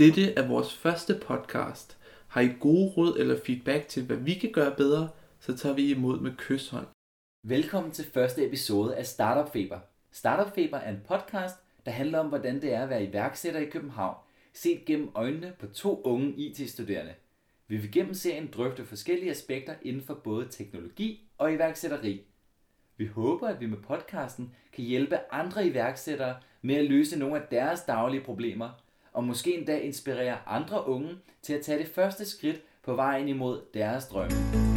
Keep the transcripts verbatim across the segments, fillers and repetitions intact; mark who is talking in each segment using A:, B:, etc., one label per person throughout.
A: Dette er vores første podcast. Har I gode råd eller feedback til, hvad vi kan gøre bedre, så tager vi imod med kyshånd.
B: Velkommen til første episode af Startup Feber. Startup Feber er en podcast, der handler om, hvordan det er at være iværksætter i København, set gennem øjnene på to unge I T-studerende. Vi vil gennem serien drøfte forskellige aspekter inden for både teknologi og iværksætteri. Vi håber, at vi med podcasten kan hjælpe andre iværksættere med at løse nogle af deres daglige problemer, og måske endda inspirere andre unge til at tage det første skridt på vejen imod deres drømme.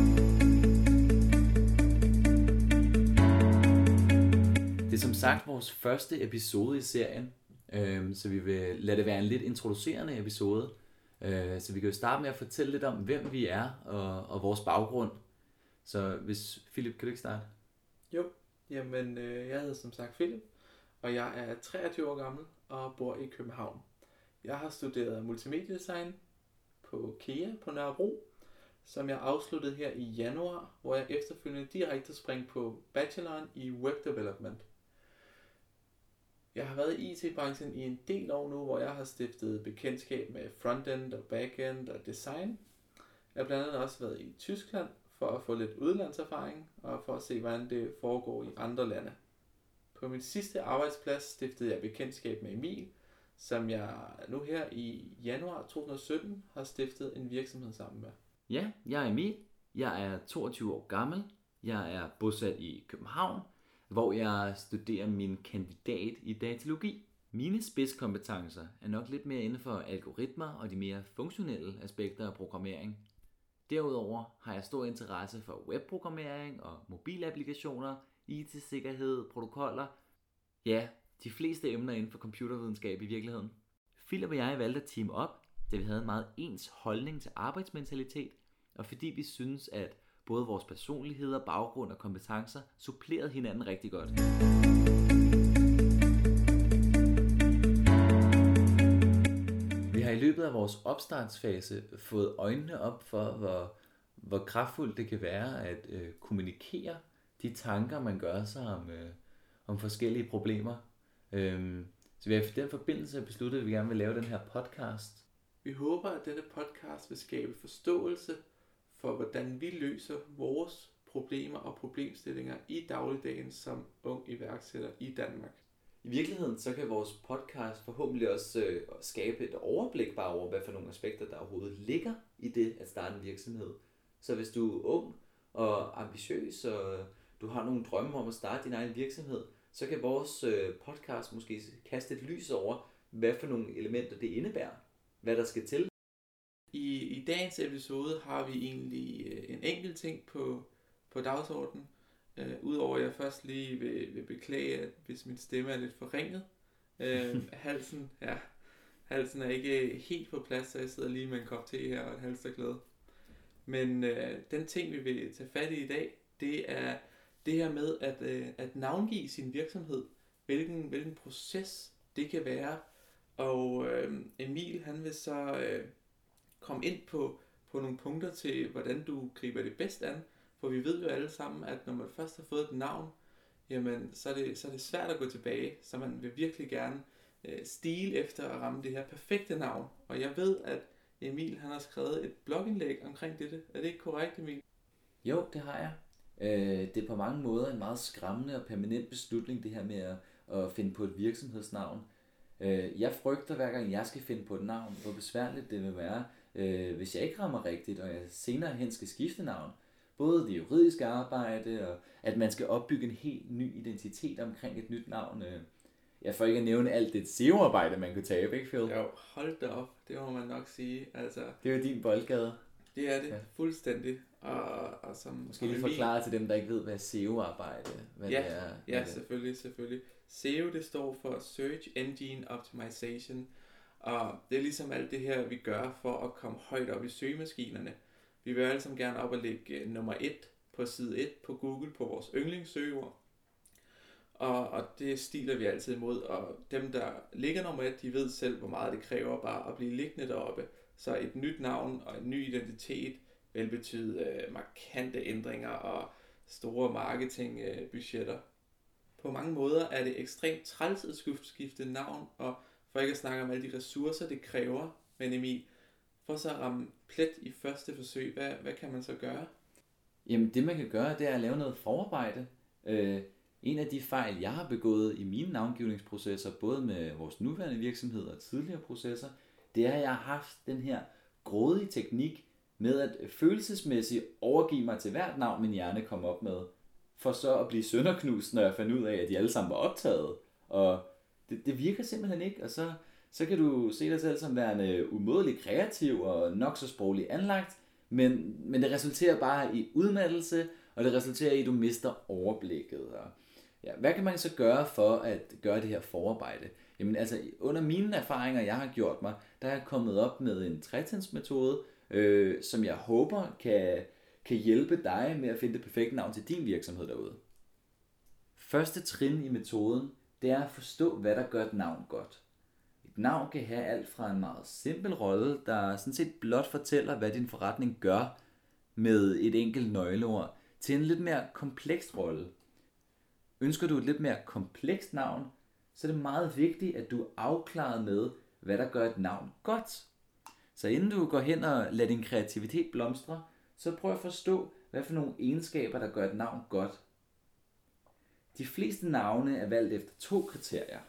B: Det er som sagt vores første episode i serien, øh, så vi vil lade det være en lidt introducerende episode. Øh, så vi kan jo starte med at fortælle lidt om, hvem vi er og, og vores baggrund. Så hvis Philip, kan du ikke starte?
A: Jo, jamen øh, jeg hedder som sagt Philip, og jeg er treogtyve år gammel og bor i København. Jeg har studeret multimediedesign på K E A på Nørrebro, som jeg afsluttede her i januar, hvor jeg efterfølgende direkte sprang på bacheloren i web development. Jeg har været i I T-branchen i en del år nu, hvor jeg har stiftet bekendtskab med frontend og backend og design. Jeg har blandt andet også været i Tyskland for at få lidt udlandserfaring og for at se, hvordan det foregår i andre lande. På min sidste arbejdsplads stiftede jeg bekendtskab med Emil, som jeg nu her i januar to tusind og sytten har stiftet en virksomhed sammen med.
B: Ja, jeg er Emil. Jeg er toogtyve år gammel. Jeg er bosat i København, hvor jeg studerer min kandidat i datalogi. Mine spidskompetencer er nok lidt mere inden for algoritmer og de mere funktionelle aspekter af programmering. Derudover har jeg stor interesse for webprogrammering og mobilapplikationer, I T-sikkerhed, protokoller. Ja, de fleste emner inden for computervidenskab i virkeligheden. Philip og jeg valgte at teame op, da vi havde en meget ens holdning til arbejdsmentalitet, og fordi vi synes, at både vores personligheder, baggrund og kompetencer supplerede hinanden rigtig godt. Vi har i løbet af vores opstartsfase fået øjnene op for, hvor, hvor kraftfuldt det kan være at øh, kommunikere de tanker, man gør sig om, øh, om forskellige problemer. Øhm, så vi har i den forbindelse besluttet, at vi gerne vil lave den her podcast.
A: Vi håber, at denne podcast vil skabe forståelse for, hvordan vi løser vores problemer og problemstillinger i dagligdagen som ung iværksætter i Danmark.
B: I virkeligheden så kan vores podcast forhåbentlig også øh, skabe et overblik bare over, hvad for nogle aspekter, der overhovedet ligger i det at starte en virksomhed. Så hvis du er ung og ambitiøs, og du har nogle drømme om at starte din egen virksomhed, så kan vores øh, podcast måske kaste et lys over, hvad for nogle elementer det indebærer, hvad der skal til.
A: I, i dagens episode har vi egentlig øh, en enkelt ting på, på dagsordenen. Øh, Udover at jeg først lige vil, vil beklage, at hvis min stemme er lidt forringet. Øh, halsen, ja, halsen er ikke helt på plads, så jeg sidder lige med en kop te her og et halsterklæde. Men øh, den ting, vi vil tage fat i i dag, det er det her med at, øh, at navngive sin virksomhed. Hvilken, hvilken proces det kan være. Og øh, Emil, han vil så øh, komme ind på, på nogle punkter til, hvordan du griber det bedst an. For vi ved jo alle sammen, at når man først har fået et navn, jamen, så, er det, så er det svært at gå tilbage. Så man vil virkelig gerne øh, stile efter at ramme det her perfekte navn. Og jeg ved, at Emil han har skrevet et blogindlæg omkring dette. Er det ikke korrekt, Emil?
B: Jo, det har jeg. Øh, det er på mange måder en meget skræmmende og permanent beslutning, det her med at, at finde på et virksomhedsnavn. Øh, jeg frygter hver gang jeg skal finde på et navn, hvor besværligt det vil være, øh, hvis jeg ikke rammer rigtigt, og jeg senere hen skal skifte navn. Både det juridiske arbejde, og at man skal opbygge en helt ny identitet omkring et nyt navn. Jeg får ikke at nævne alt det S E O-arbejde, man kunne tabe, ikke Phil?
A: Jo, hold da op. Det må man nok sige. Altså,
B: det er jo din boldgade.
A: Det er det, ja. Fuldstændig. Og, og som,
B: Måske lige forklare til dem, der ikke ved, hvad S E O-arbejde hvad
A: ja,
B: det er.
A: Ja, det. selvfølgelig, selvfølgelig. S E O, det står for Search Engine Optimization. Og det er ligesom alt det her, vi gør for at komme højt op i søgemaskinerne. Vi vil alle sammen gerne op og lægge nummer et på side et på Google på vores yndlingssøgeord. Og, og det stiler vi altid imod. Og dem, der ligger nummer et, de ved selv, hvor meget det kræver bare at blive liggende deroppe. Så et nyt navn og en ny identitet vil betyde øh, markante ændringer og store marketingbudgetter. På mange måder er det ekstremt træls at skifte navn, og for ikke at snakke om alle de ressourcer, det kræver Men Emil, for så at ramme plet i første forsøg, hvad, hvad kan man så gøre?
B: Jamen det man kan gøre, det er at lave noget forarbejde. Øh, en af de fejl, jeg har begået i mine navngivningsprocesser, både med vores nuværende virksomhed og tidligere processer, det er, at jeg har haft den her grådige teknik med at følelsesmæssigt overgive mig til hvert navn, min hjerne kom op med, for så at blive sønderknust, når jeg fandt ud af, at de alle sammen var optaget. Og det, det virker simpelthen ikke, og så, så kan du se dig selv som værende umådelig kreativ og nok så sproglig anlagt, men, men det resulterer bare i udmattelse, og det resulterer i, at du mister overblikket. Og ja, hvad kan man så gøre for at gøre det her forarbejde? Jamen altså, under mine erfaringer, jeg har gjort mig, der er jeg kommet op med en tretrinsmetode, øh, som jeg håber kan, kan hjælpe dig med at finde det perfekte navn til din virksomhed derude. Første trin i metoden, det er at forstå, hvad der gør et navn godt. Et navn kan have alt fra en meget simpel rolle, der sådan set blot fortæller, hvad din forretning gør med et enkelt nøgleord, til en lidt mere kompleks rolle. Ønsker du et lidt mere komplekst navn, så er det meget vigtigt, at du er afklaret med, hvad der gør et navn godt. Så inden du går hen og lader din kreativitet blomstre, så prøv at forstå, hvad for nogle egenskaber, der gør et navn godt. De fleste navne er valgt efter to kriterier.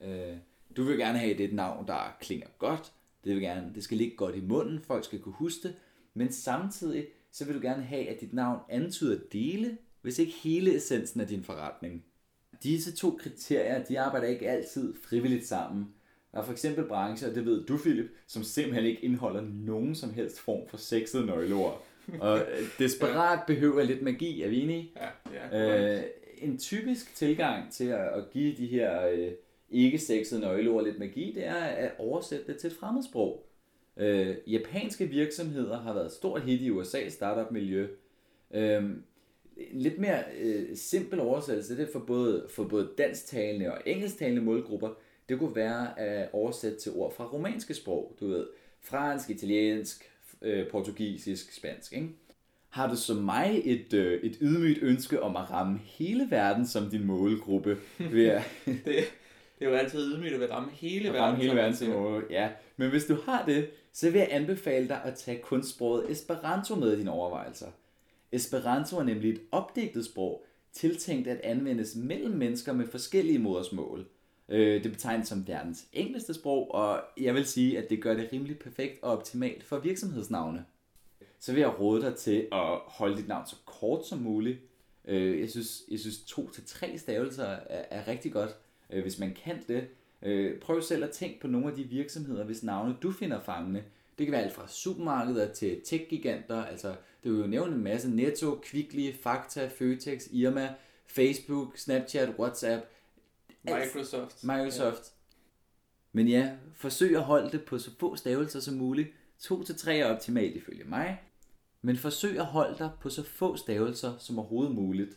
B: Du vil gerne have, det et navn, der klinger godt. Det, vil gerne, det skal ligge godt i munden, folk skal kunne huske det. Men samtidig så vil du gerne have, at dit navn antyder dele, hvis ikke hele essensen af din forretning. Disse to kriterier, de arbejder ikke altid frivilligt sammen. Der er for eksempel brancher, og det ved du, Philip, som simpelthen ikke indeholder nogen som helst form for sexede nøgleord. Og desperat behøver lidt magi, er vi enige?
A: Ja, ja.
B: Øh, en typisk tilgang til at, at give de her øh, ikke-sexede nøgleord lidt magi, det er at oversætte det til et fremmedsprog. Øh, japanske virksomheder har været et stort hit i U S A's startup-miljø. Øh, en lidt mere øh, simpel oversættelse, det er for både, for både dansktalende og engelsktalende målgrupper, det kunne være at oversætte til ord fra romanske sprog, du ved, fransk, italiensk, øh, portugisisk, spansk, ikke? Har du som mig et, øh, et ydmygt ønske om at ramme hele verden som din målgruppe? Ved at
A: det, det er jo altid ydmygt at ramme hele
B: at
A: verden.
B: Ramme hele verden som mål, ja. Men hvis du har det, så vil jeg anbefale dig at tage kunstsproget Esperanto med i dine overvejelser. Esperanto er nemlig et opdigtet sprog, tiltænkt at anvendes mellem mennesker med forskellige modersmål. Det betegnes som verdens enkleste sprog, og jeg vil sige, at det gør det rimelig perfekt og optimalt for virksomhedsnavne. Så vil jeg råde dig til at holde dit navn så kort som muligt. Jeg synes, jeg synes to til tre stavelser er, er rigtig godt, hvis man kan det. Prøv selv at tænke på nogle af de virksomheder, hvis navne du finder fangende. Det kan være alt fra supermarkeder til tech-giganter, altså det vil jo nævne en masse: Netto, Kvickly, Fakta, Føtex, Irma, Facebook, Snapchat, WhatsApp,
A: Microsoft.
B: Microsoft. Ja. Men ja, forsøg at holde det på så få stavelser som muligt. To til tre er optimalt ifølge mig. Men forsøg at holde dig på så få stavelser som overhovedet muligt.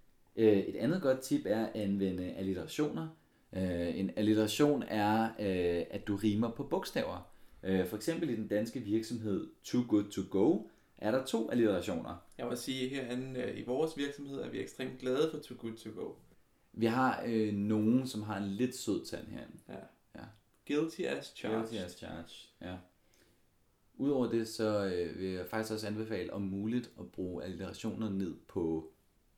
B: Et andet godt tip er at anvende alliterationer. En alliteration er, at du rimer på bogstaver. For eksempel i den danske virksomhed Too Good To Go er der to alliterationer.
A: Jeg må sige, herinde i vores virksomhed er vi ekstremt glade for Too Good To Go.
B: Vi har øh, nogen, som har en lidt sød tand herinde.
A: Ja.
B: Ja.
A: Guilty as charged.
B: Guilty as charged, ja. Udover det, så øh, vil jeg faktisk også anbefale om muligt at bruge alliterationer ned på,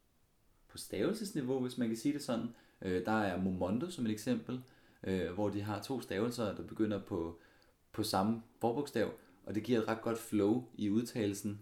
B: på stavelsesniveau, hvis man kan sige det sådan. Øh, der er Momondo som et eksempel, øh, hvor de har to stavelser, der begynder på, på samme forbogstav, og det giver et ret godt flow i udtalelsen.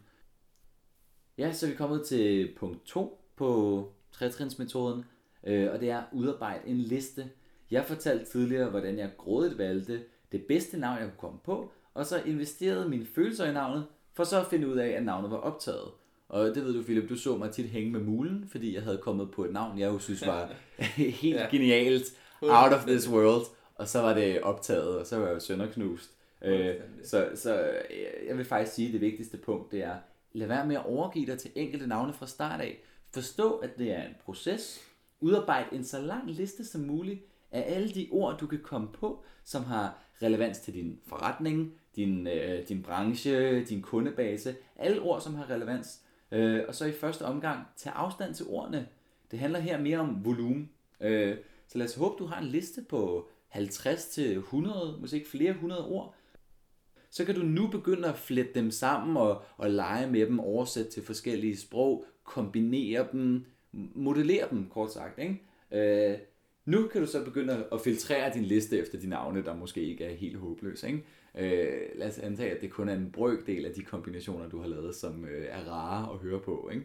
B: Ja, så er vi kommet til punkt to på tretrinsmetoden, øh, og det er at udarbejde en liste. Jeg fortalte tidligere, hvordan jeg grådigt valgte det bedste navn, jeg kunne komme på, og så investerede mine følelser i navnet, for så at finde ud af, at navnet var optaget. Og det ved du, Philip, du så mig tit hænge med mulen, fordi jeg havde kommet på et navn, jeg jo synes var helt ja. genialt, out of this world, og så var det optaget, og så var jeg jo sønderknust. Øh, så, så jeg vil faktisk sige, at det vigtigste punkt, det er, lad være med at overgive dig til enkelte navne fra start af. Forstå, at det er en proces. Udarbejde en så lang liste som muligt af alle de ord, du kan komme på, som har relevans til din forretning, din, øh, din branche, din kundebase. Alle ord, som har relevans. Øh, og så i første omgang, tag afstand til ordene. Det handler her mere om volumen. Øh, så lad os håbe, du har en liste på halvtreds til hundrede, måske ikke flere hundrede ord. så kan du nu begynde at flette dem sammen og, og lege med dem, oversætte til forskellige sprog, kombinere dem, modellere dem, kort sagt. Ikke? Øh, nu kan du så begynde at filtrere din liste efter de navne, der måske ikke er helt håbløse. Ikke? Øh, lad os antage, at det kun er en brøkdel af de kombinationer, du har lavet, som øh, er rare at høre på. Ikke?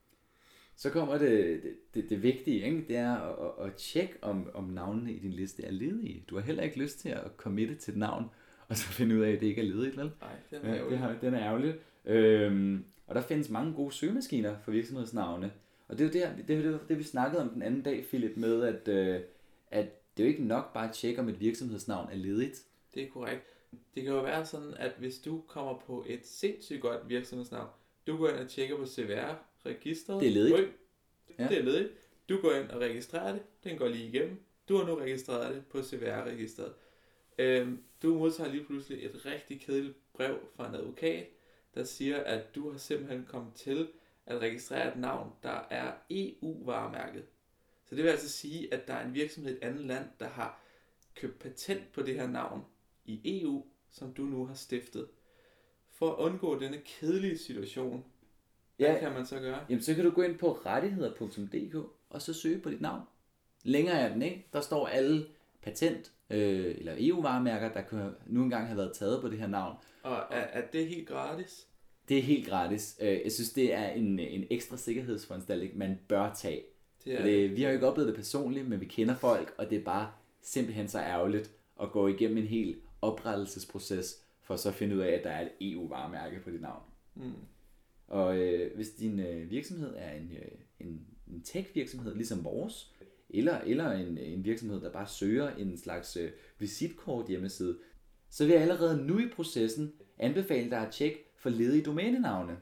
B: Så kommer det, det, det, det vigtige, ikke? Det er at, at, at tjekke, om, om navnene i din liste er ledige. Du har heller ikke lyst til at committe til et navn, og så finde ud af, at det ikke er ledigt, vel?
A: Nej, den er ærgerlig.
B: Ja, det har, den er ærgerlig. Øhm, og der findes mange gode søgemaskiner for virksomhedsnavne. Og det er jo det, det, er det, det vi snakkede om den anden dag, Philip, med, at, øh, at det er jo ikke nok bare at tjekke, om et virksomhedsnavn er ledigt.
A: Det er korrekt. Det kan jo være sådan, at hvis du kommer på et sindssygt godt virksomhedsnavn, du går ind og tjekker på C V R-registret.
B: Det er ledigt.
A: Ja. Det er ledigt. Du går ind og registrerer det. Den går lige igennem. Du har nu registreret det på C V R-registret. Øhm, du modtager lige pludselig et rigtig kedeligt brev fra en advokat, der siger, at du har simpelthen kommet til at registrere et navn, der er E U-varemærket. Så det vil altså sige, at der er en virksomhed i et andet land, der har købt patent på det her navn i E U, som du nu har stiftet. For at undgå denne kedelige situation, hvad ja, kan man så gøre?
B: Jamen, så kan du gå ind på rettigheder punktum d k og så søge på dit navn. Længere er den ikke. Der står alle patent øh, eller E U-varemærker, der kan nu engang have været taget på det her navn.
A: Og er, er det helt gratis?
B: Det er helt gratis. Jeg synes, det er en, en ekstra sikkerhedsforanstaltning, man bør tage. Det er det, vi har jo ikke oplevet det personligt, men vi kender folk, og det er bare simpelthen så ærgerligt at gå igennem en hel oprettelsesproces, for så at finde ud af, at der er et E U-varemærke på dit navn. Mm. Og øh, hvis din øh, virksomhed er en, øh, en, en tech-virksomhed, ligesom vores, eller, eller en, en virksomhed, der bare søger en slags øh, visitkort hjemmeside, så vil jeg allerede nu i processen anbefale dig at tjekke for ledige domænenavne.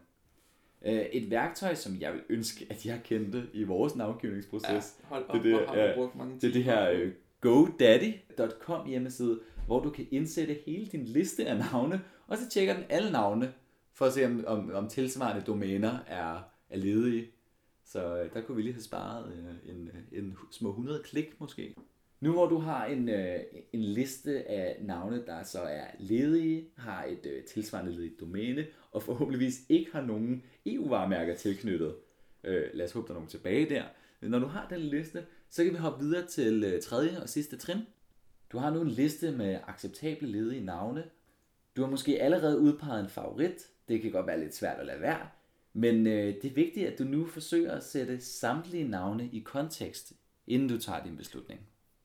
B: Et værktøj, som jeg vil ønske, at jeg kendte i vores navngivningsproces, ja,
A: hold op,
B: det, det,
A: har du brugt mange
B: det er det her uh, godaddy punktum com hjemmeside, hvor du kan indsætte hele din liste af navne, og så tjekker den alle navne, for at se, om, om, om tilsvarende domæner er, er ledige. Så uh, der kunne vi lige have sparet uh, en, en små hundrede klik måske. Nu hvor du har en, øh, en liste af navne, der så er ledige, har et øh, tilsvarende ledigt domæne, og forhåbentligvis ikke har nogen E U-varemærker tilknyttet. Øh, lad os håbe, der er nogen tilbage der. Når du har den liste, så kan vi hoppe videre til øh, tredje og sidste trin. Du har nu en liste med acceptable ledige navne. Du har måske allerede udpeget en favorit. Det kan godt være lidt svært at lade være. Men øh, det er vigtigt, at du nu forsøger at sætte samtlige navne i kontekst, inden du tager din beslutning.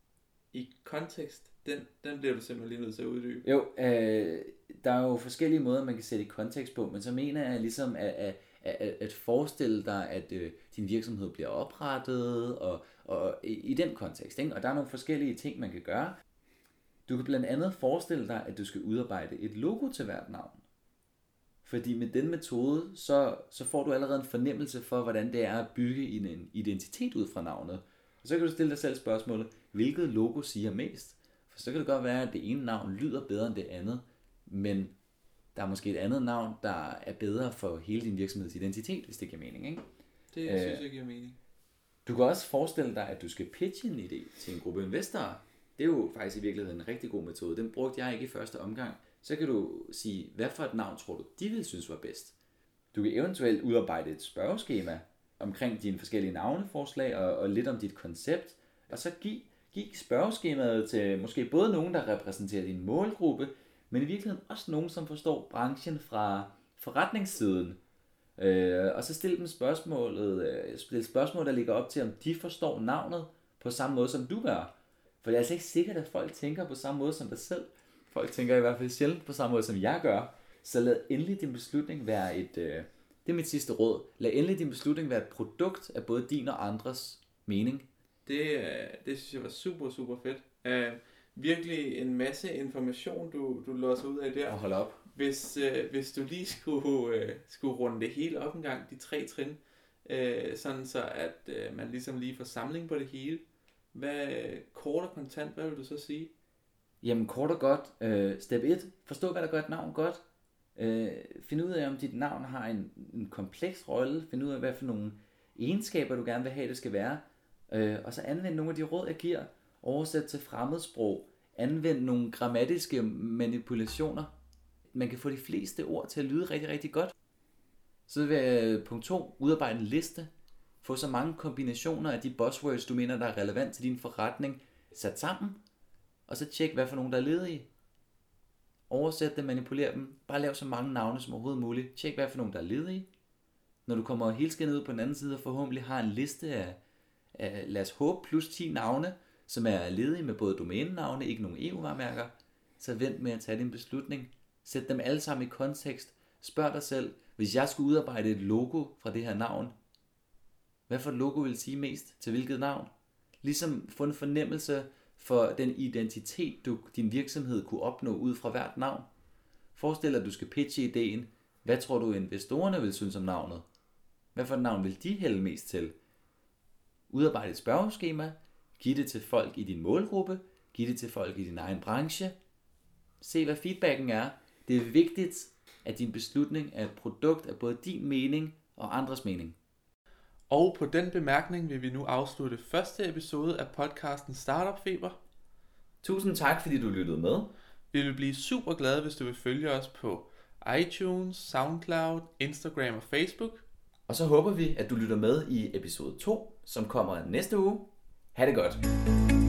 A: I kontekst, den, den bliver du simpelthen lige nødt til at uddybe.
B: Jo, øh, der er jo forskellige måder, man kan sætte i kontekst på, men så mener jeg ligesom at, at, at, at forestille dig, at øh, din virksomhed bliver oprettet, og, og i, i den kontekst, ikke? Og der er nogle forskellige ting, man kan gøre. Du kan blandt andet forestille dig, at du skal udarbejde et logo til hvert navn. Fordi med den metode, så, så får du allerede en fornemmelse for, hvordan det er at bygge en identitet ud fra navnet. Og så kan du stille dig selv spørgsmålet, hvilket logo siger mest? For så kan det godt være, at det ene navn lyder bedre end det andet, men der er måske et andet navn, der er bedre for hele din virksomheds identitet, hvis det giver mening, ikke?
A: Det øh, synes jeg giver mening.
B: Du kan også forestille dig, at du skal pitche en idé til en gruppe investorer. Det er jo faktisk i virkeligheden en rigtig god metode. Den brugte jeg ikke i første omgang. Så kan du sige, hvad for et navn tror du, de ville synes var bedst? Du kan eventuelt udarbejde et spørgeskema omkring dine forskellige navneforslag og, og lidt om dit koncept, og så giv, giv spørgeskemaet til måske både nogen, der repræsenterer din målgruppe, men i virkeligheden også nogen, som forstår branchen fra forretningssiden. Øh, og så stille dem spørgsmålet, øh, stille spørgsmål, der ligger op til, om de forstår navnet på samme måde, som du gør. For det er altså ikke sikkert, at folk tænker på samme måde som dig selv. Folk tænker i hvert fald sjældent på samme måde, som jeg gør. Så lad endelig din beslutning være et... Øh, det er mit sidste råd. Lad endelig din beslutning være et produkt af både din og andres mening.
A: Det, det synes jeg var super, super fedt. Uh, virkelig en masse information, du, du låser ud af der.
B: Og hold op.
A: Hvis, uh, hvis du lige skulle, uh, skulle runde det hele op en gang, de tre trin, uh, sådan så at uh, man ligesom lige får samling på det hele. Hvad, kort og kontant, hvad vil du så sige?
B: Jamen kort og godt. Uh, step et. Forstå, hvad der gør et navn godt. Uh, find ud af, om dit navn har en, en kompleks rolle. Find ud af, hvad for nogle egenskaber, du gerne vil have, det skal være. Uh, og så anvend nogle af de råd, jeg giver. Oversæt til fremmedsprog. Anvend nogle grammatiske manipulationer. man kan få de fleste ord til at lyde rigtig, rigtig godt. Så vil jeg, punkt to, udarbejde en liste. Få så mange kombinationer af de buzzwords, du mener, der er relevant til din forretning, sat sammen. Og så tjek, hvad for nogen, der er ledige. Oversæt dem, manipulere dem. Bare lav så mange navne som overhovedet muligt. Tjek, hvad for nogen, der er ledige. Når du kommer helskindet ud på den anden side og forhåbentlig har en liste af, af lad os håbe, plus ti navne, som er ledige med både domænenavne, ikke nogen E U-varemærker, så vent med at tage din beslutning. Sæt dem alle sammen i kontekst. Spørg dig selv, hvis jeg skulle udarbejde et logo fra det her navn, hvad for et logo vil sige mest til hvilket navn? Ligesom få en fornemmelse for den identitet, du, din virksomhed kunne opnå ud fra hvert navn. Forestil dig, at du skal pitche ideen. Hvad tror du, investorerne vil synes om navnet? Hvad for et navn vil de hælde mest til? Udarbejde et spørgeskema. Giv det til folk i din målgruppe. Giv det til folk i din egen branche. Se, hvad feedbacken er. Det er vigtigt, at din beslutning er et produkt af både din mening og andres mening.
A: Og på den bemærkning vil vi nu afslutte første episode af podcasten Startup Feber.
B: Tusind tak, fordi du lyttede med.
A: Vi vil blive super glade, hvis du vil følge os på iTunes, SoundCloud, Instagram og Facebook.
B: Og så håber vi, at du lytter med i episode to, som kommer næste uge. Ha' det godt.